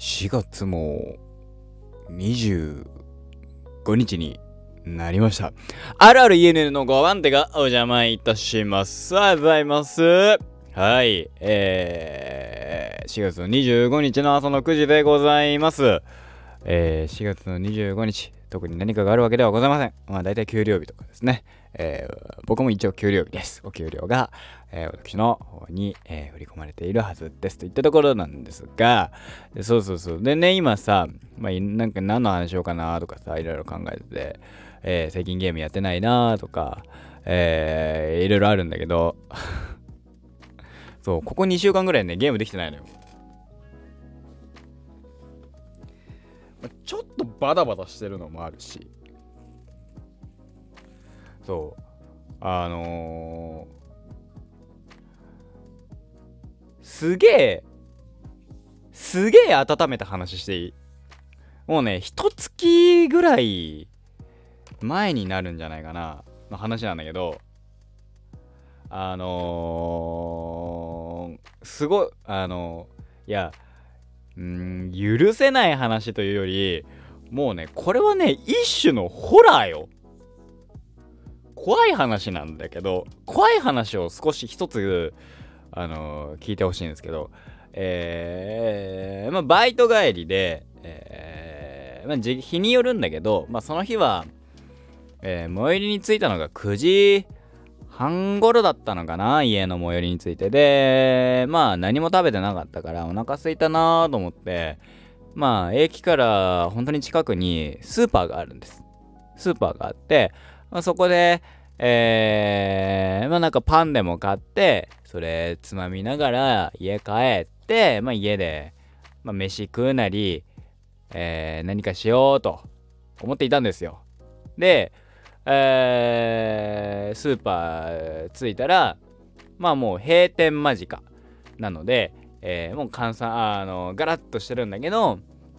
4月も25日になりました。あるある ENN の5番手がお邪魔いたします。おはようございます。はい。4月の25日の朝の9時でございます。4月の25日、特に何かがあるわけではございません。まあ大体給料日とかですね。僕も一応給料日です。お給料が、私の方に、振り込まれているはずですといったところなんですが、そう。でね、今さ、なんか何の話しようかなとかさ、いろいろ考えてて、最近ゲームやってないなとか、いろいろあるんだけど、そう、ここ2週間ぐらいね、ゲームできてないのよ。ちょっとバタバタしてるのもあるし、そう、すげえ温めた話していい？もうね、一月ぐらい前になるんじゃないかなの話なんだけど、すごい、いや、許せない話というより、もうね、これはね、一種のホラーよ。怖い話なんだけど、怖い話を少し一つ、聞いてほしいんですけど、バイト帰りで、日によるんだけど、その日は、最寄りに着いたのが9時半頃だったのかな、家の最寄りに着いて。で、何も食べてなかったからお腹空いたなと思って、駅から本当に近くにスーパーがあるんです。スーパーがあって、そこで、なんかパンでも買って、それつまみながら家帰って、家で、飯食うなり、何かしようと思っていたんですよ。で、スーパー着いたら、もう閉店間近なので、もうガラッとしてるんだけど、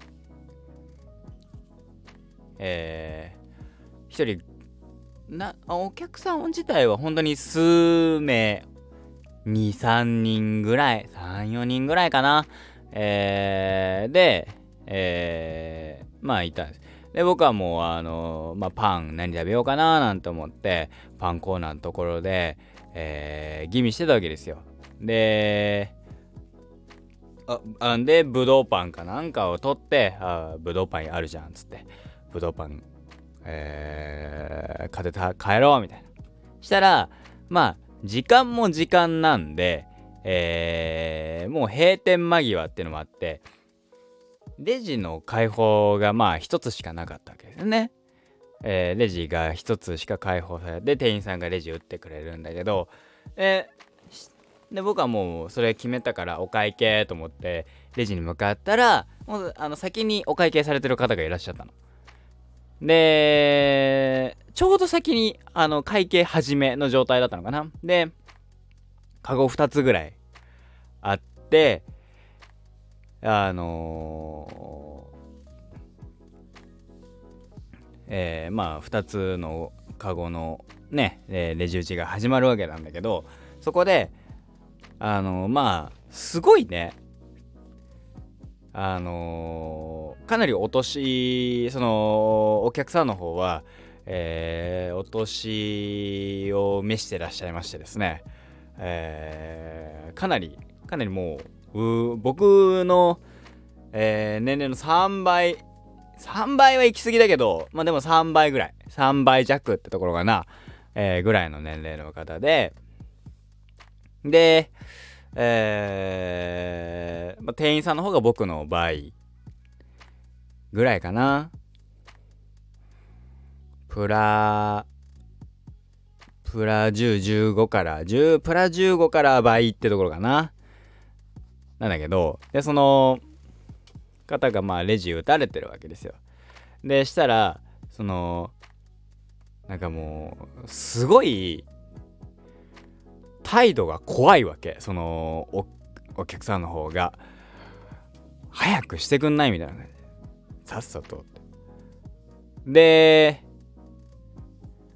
一人お客さん自体は本当に数名、2、3人ぐらい、3、4人ぐらいかな。で、いたんです。で、僕はもうパン何食べようかななんて思って、パンコーナーのところで、吟味してたわけですよ。で、で、ぶどうパンかなんかを取って、ぶどうパンあるじゃんっつって、ぶどうパン、買って帰ろうみたいな。したら、時間も時間なんで、もう閉店間際っていうのもあって、レジの開放が一つしかなかったわけですね。レジが一つしか開放されて、店員さんがレジ打ってくれるんだけど、で僕はもうそれ決めたからお会計と思ってレジに向かったら、もう先にお会計されてる方がいらっしゃったの。で、ちょうど先に会計始めの状態だったのかな。で、カゴ2つぐらいあって、2つのカゴのね、レジ打ちが始まるわけなんだけど、そこですごいね、かなりお年、お客さんの方は、お年を召してらっしゃいましてですね、かなりもう、僕の、年齢の3倍は行き過ぎだけど、でも3倍ぐらい、3倍弱ってところかな、ぐらいの年齢の方で、店員さんの方が僕の倍ぐらいかな。プラ10、15から10プラ15から倍ってところかな。なんだけど、でその方がレジ打たれてるわけですよ。でしたらなんかもうすごい態度が怖いわけ。お客さんの方が早くしてくんないみたいな感じで、さっさとで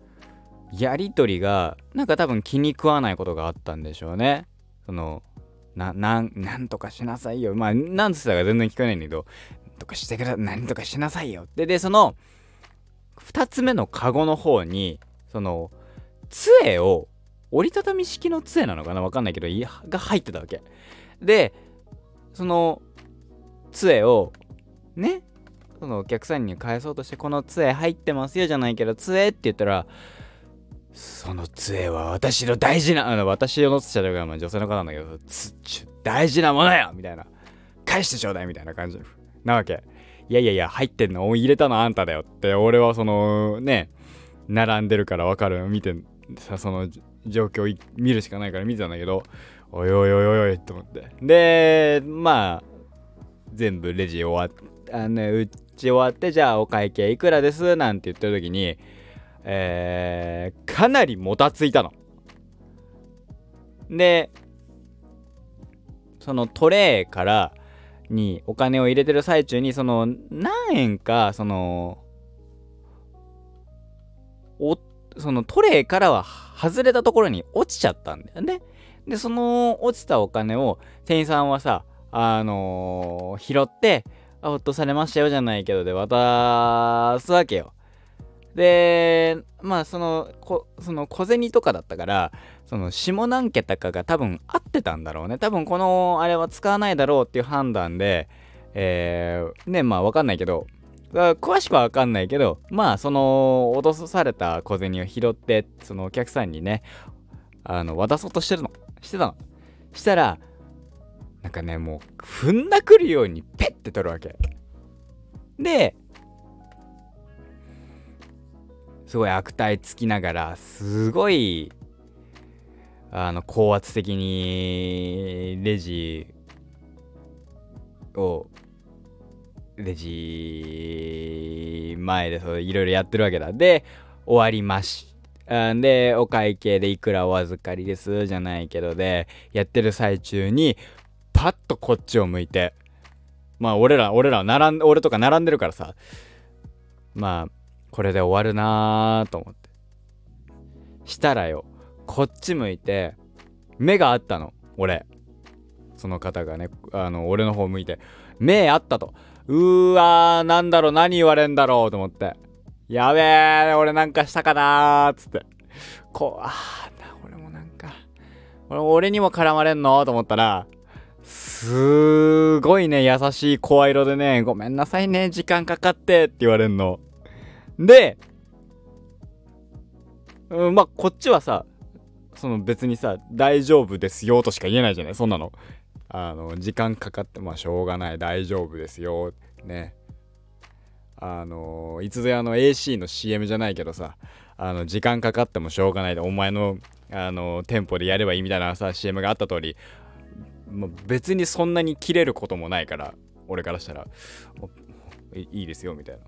やりとりがなんか多分気に食わないことがあったんでしょうね。 なんとかしなさいよ。まあ、なんつったか全然聞こえないんだけど、とかしてくだ、なんとかしなさいよ。で、その、2つ目のカゴの方に、その、杖を、折りたたみ式の杖なのかなわかんないけど、が入ってたわけ。で、その、杖を、ね、そのお客さんに返そうとして、この杖入ってますよじゃないけど、杖って言ったら、その杖は私の大事な、私を乗せちゃうから、まあ女性の方なんだけど、大事なものよみたいな。返してちょうだいみたいな感じなわけ。いや、入ってんの入れたのあんただよって、俺はその、ね、並んでるからわかる。見てさ、その状況を見るしかないから見てたんだけど、おいって思って。で、まあ、全部レジ終わって、打ち終わって、じゃあお会計いくらですなんて言ってる時に、かなりもたついたの。で、そのトレーからにお金を入れてる最中に、その何円か、そのトレーからは外れたところに落ちちゃったんだよね。で、その落ちたお金を店員さんはさ、拾って、落とされましたよじゃないけどで渡すわけよ。で、まあその小銭とかだったから、その下何桁かが多分合ってたんだろうね。多分このあれは使わないだろうっていう判断で、ね、まあわかんないけど、詳しくはわかんないけど、まあその落とされた小銭を拾って、そのお客さんにね、渡そうとしてたの。したら、なんかね、もう踏んだくるようにペッて取るわけで、すごい悪態つきながら、すごい高圧的にレジ前でいろいろやってるわけだ。で、終わりましで、お会計でいくらお預かりですじゃないけどで、やってる最中にパッとこっちを向いて、まあ俺とか並んでるからさ、まあこれで終わるなーと思って、したらよ、こっち向いて目があったの。その方がね、俺の方向いて目あったと。なんだろう、何言われんだろうと思って、やべえ、俺なんかしたかなーっつって、俺もなんか、俺にも絡まれんのと思ったら、すごいね、優しい声色でね、ごめんなさいね、時間かかってって言われんの。で、まあこっちはさ、その別にさ、大丈夫ですよとしか言えないじゃない、そんなの。時間かかって、まあしょうがない、大丈夫ですよね。いつぞやAC の CM じゃないけどさ、時間かかってもしょうがないで、お前の店舗でやればいいみたいなさ CM があった通り、別にそんなに切れることもないから、俺からしたらいいですよみたいな。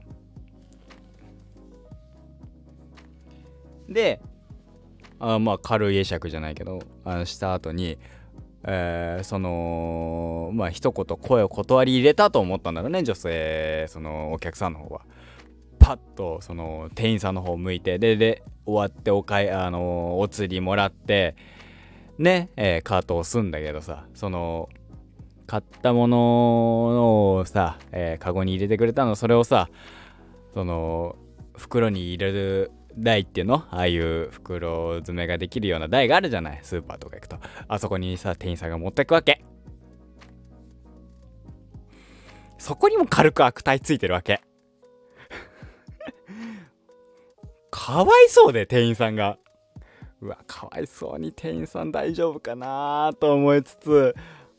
で、まあ軽い会釈じゃないけど、した後に、そのまあ一言声を断り入れたと思ったんだろうね、女性、そのお客さんの方は。パッとその店員さんの方向いて、で終わってお釣りもらってね、カートを押すんだけどさ、その買ったものをさ、カゴに入れてくれたの、それをさ、その袋に入れる台っていうの、ああいう袋詰めができるような台があるじゃない、スーパーとか行くと。あそこにさ、店員さんが持ってくわけ。そこにも軽く悪態ついてるわけ。かわいそうで、店員さんが。かわいそうに店員さん大丈夫かなと思いつつ、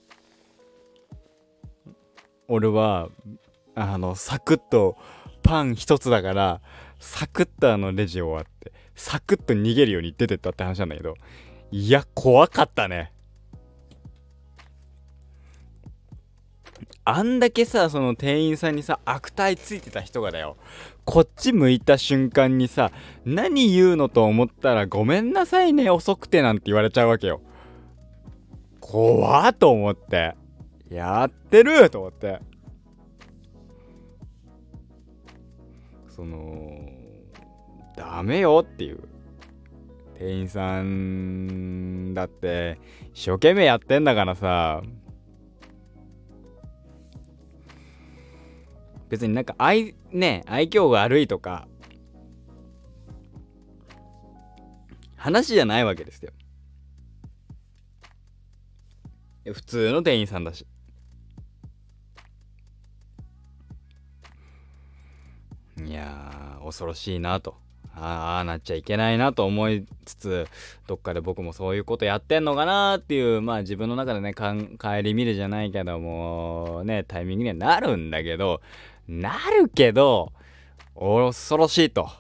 俺はサクッとパン一つだから、サクッとレジ終わってサクッと逃げるように出てったって話なんだけど、いや怖かったね。あんだけさ、その店員さんにさ悪態ついてた人がだよ、こっち向いた瞬間にさ、何言うのと思ったら、ごめんなさいね遅くてなんて言われちゃうわけよ。怖っと思って、やってると思って、ダメよっていう、 店員さんだって一生懸命やってんだからさ、別になんか愛嬌が悪いとか話じゃないわけですよ。普通の店員さんだし。いやー恐ろしいなと、ああなっちゃいけないなと思いつつ、どっかで僕もそういうことやってんのかなっていう、まあ自分の中でね顧みるじゃないけどもね、タイミングにはなるんだけど、恐ろしいと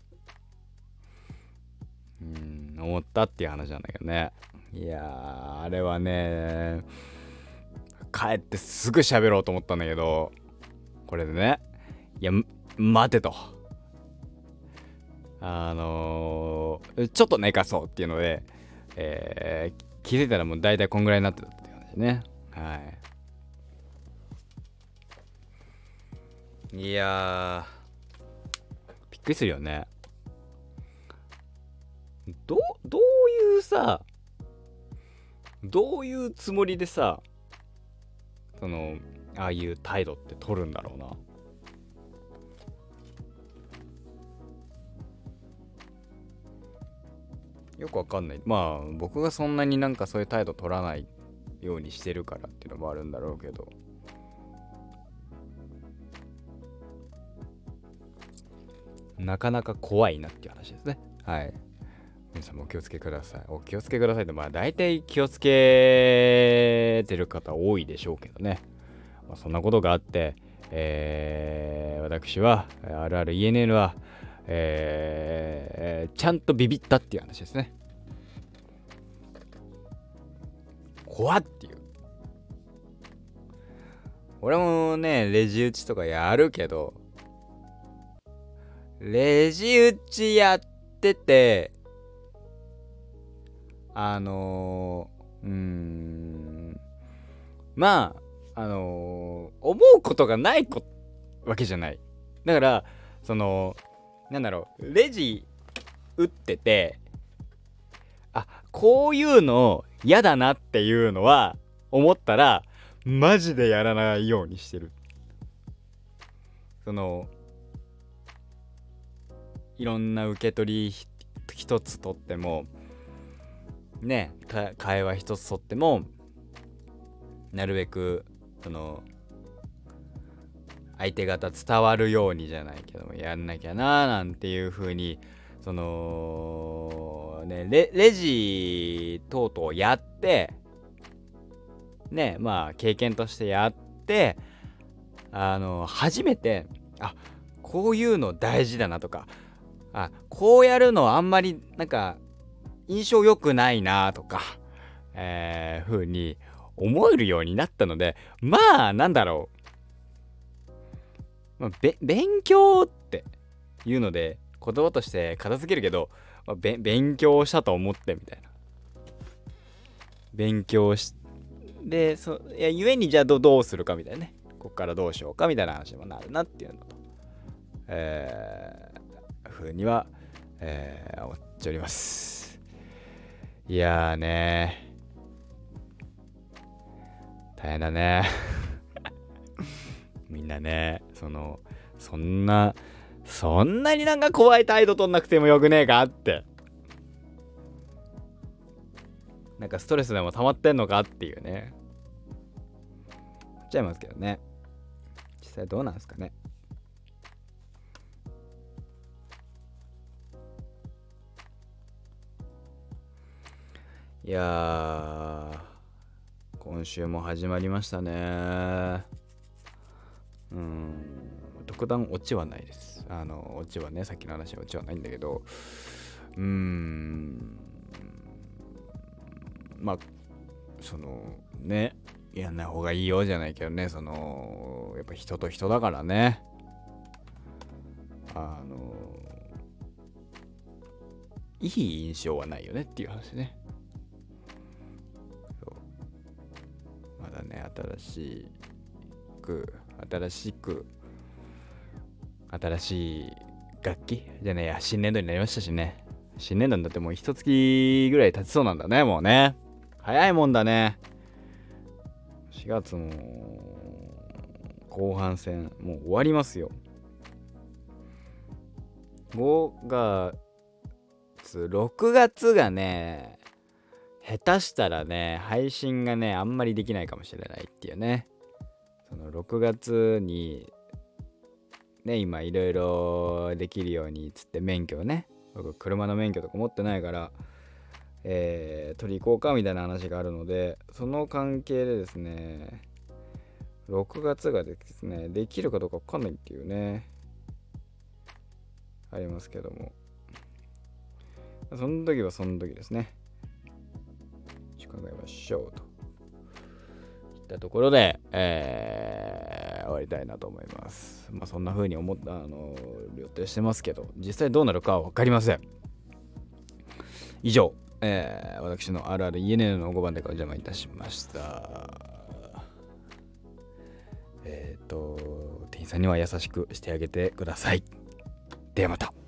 思ったっていう話なんだけどね。いやーあれはね、帰ってすぐ喋ろうと思ったんだけど、これでね、いや待てと、ちょっと寝かそうっていうので、気づいたらもう大体こんぐらいになってたっていう話ね。はい。いやーびっくりするよね。どういうさ、どういうつもりでさ、ああいう態度って取るんだろうな。よくわかんない。まあ僕がそんなになんかそういう態度取らないようにしてるからっていうのもあるんだろうけど、なかなか怖いなっていう話ですね。はい。皆さんもお気をつけください。お気をつけくださいって、まあ大体気をつけてる方多いでしょうけどね。まあ、そんなことがあって、私はあるある ENN は、ちゃんとビビったっていう話ですね。怖っていう。俺もねレジ打ちとかやるけど、レジ打ちやっててまあ思うことがないわけじゃない。だからなんだろう、レジ打ってて、あ、こういうの嫌だなっていうのは思ったらマジでやらないようにしてる。いろんな受け取り一つとってもね、会話一つとってもなるべく相手方伝わるようにじゃないけどもやんなきゃななんていう風にレジ等々やってね、まあ経験としてやって初めてこういうの大事だなとか、こうやるのあんまりなんか印象良くないなとか、風に思えるようになったので、まあなんだろう、勉強っていうので言葉として片付けるけど、勉強したと思ってみたいな、勉強しでいやゆえにじゃあどうするかみたいなね、こっからどうしようかみたいな話にもなるなっていうのと、風には、思っております。いやーね大変だねみんなね、そんなになんか怖い態度取んなくてもよくねえかって、なんかストレスでも溜まってんのかっていうね、思っちゃいますけどね。実際どうなんですかね。いやー今週も始まりましたね。特段オチはないです。オチはね、さっきの話はオチはないんだけど、まあね、やんない方がいいよじゃないけどね、やっぱ人と人だからね、いい印象はないよねっていう話ね。まだね、新しい楽器じゃねえや、新年度になりましたしね。 新年度になってもう一月ぐらい経ちそうなんだね、もうね。早いもんだね。4月も後半戦もう終わりますよ。5月、6月がね、下手したらね、配信がね、あんまりできないかもしれないっていうね。その6月に、ね、今いろいろできるようにつって免許をね、僕車の免許とか持ってないから、取り行こうかみたいな話があるので、その関係でですね、6月がですね、できるかどうかわかんないっていうね、ありますけども、その時はその時ですね。考えましょうといったところで、終わりたいなと思います。まあそんな風に思った予定してますけど、実際どうなるかは分かりません。以上、私のあるある ENN の5番でお邪魔いたしました。店員さんには優しくしてあげてください。ではまた。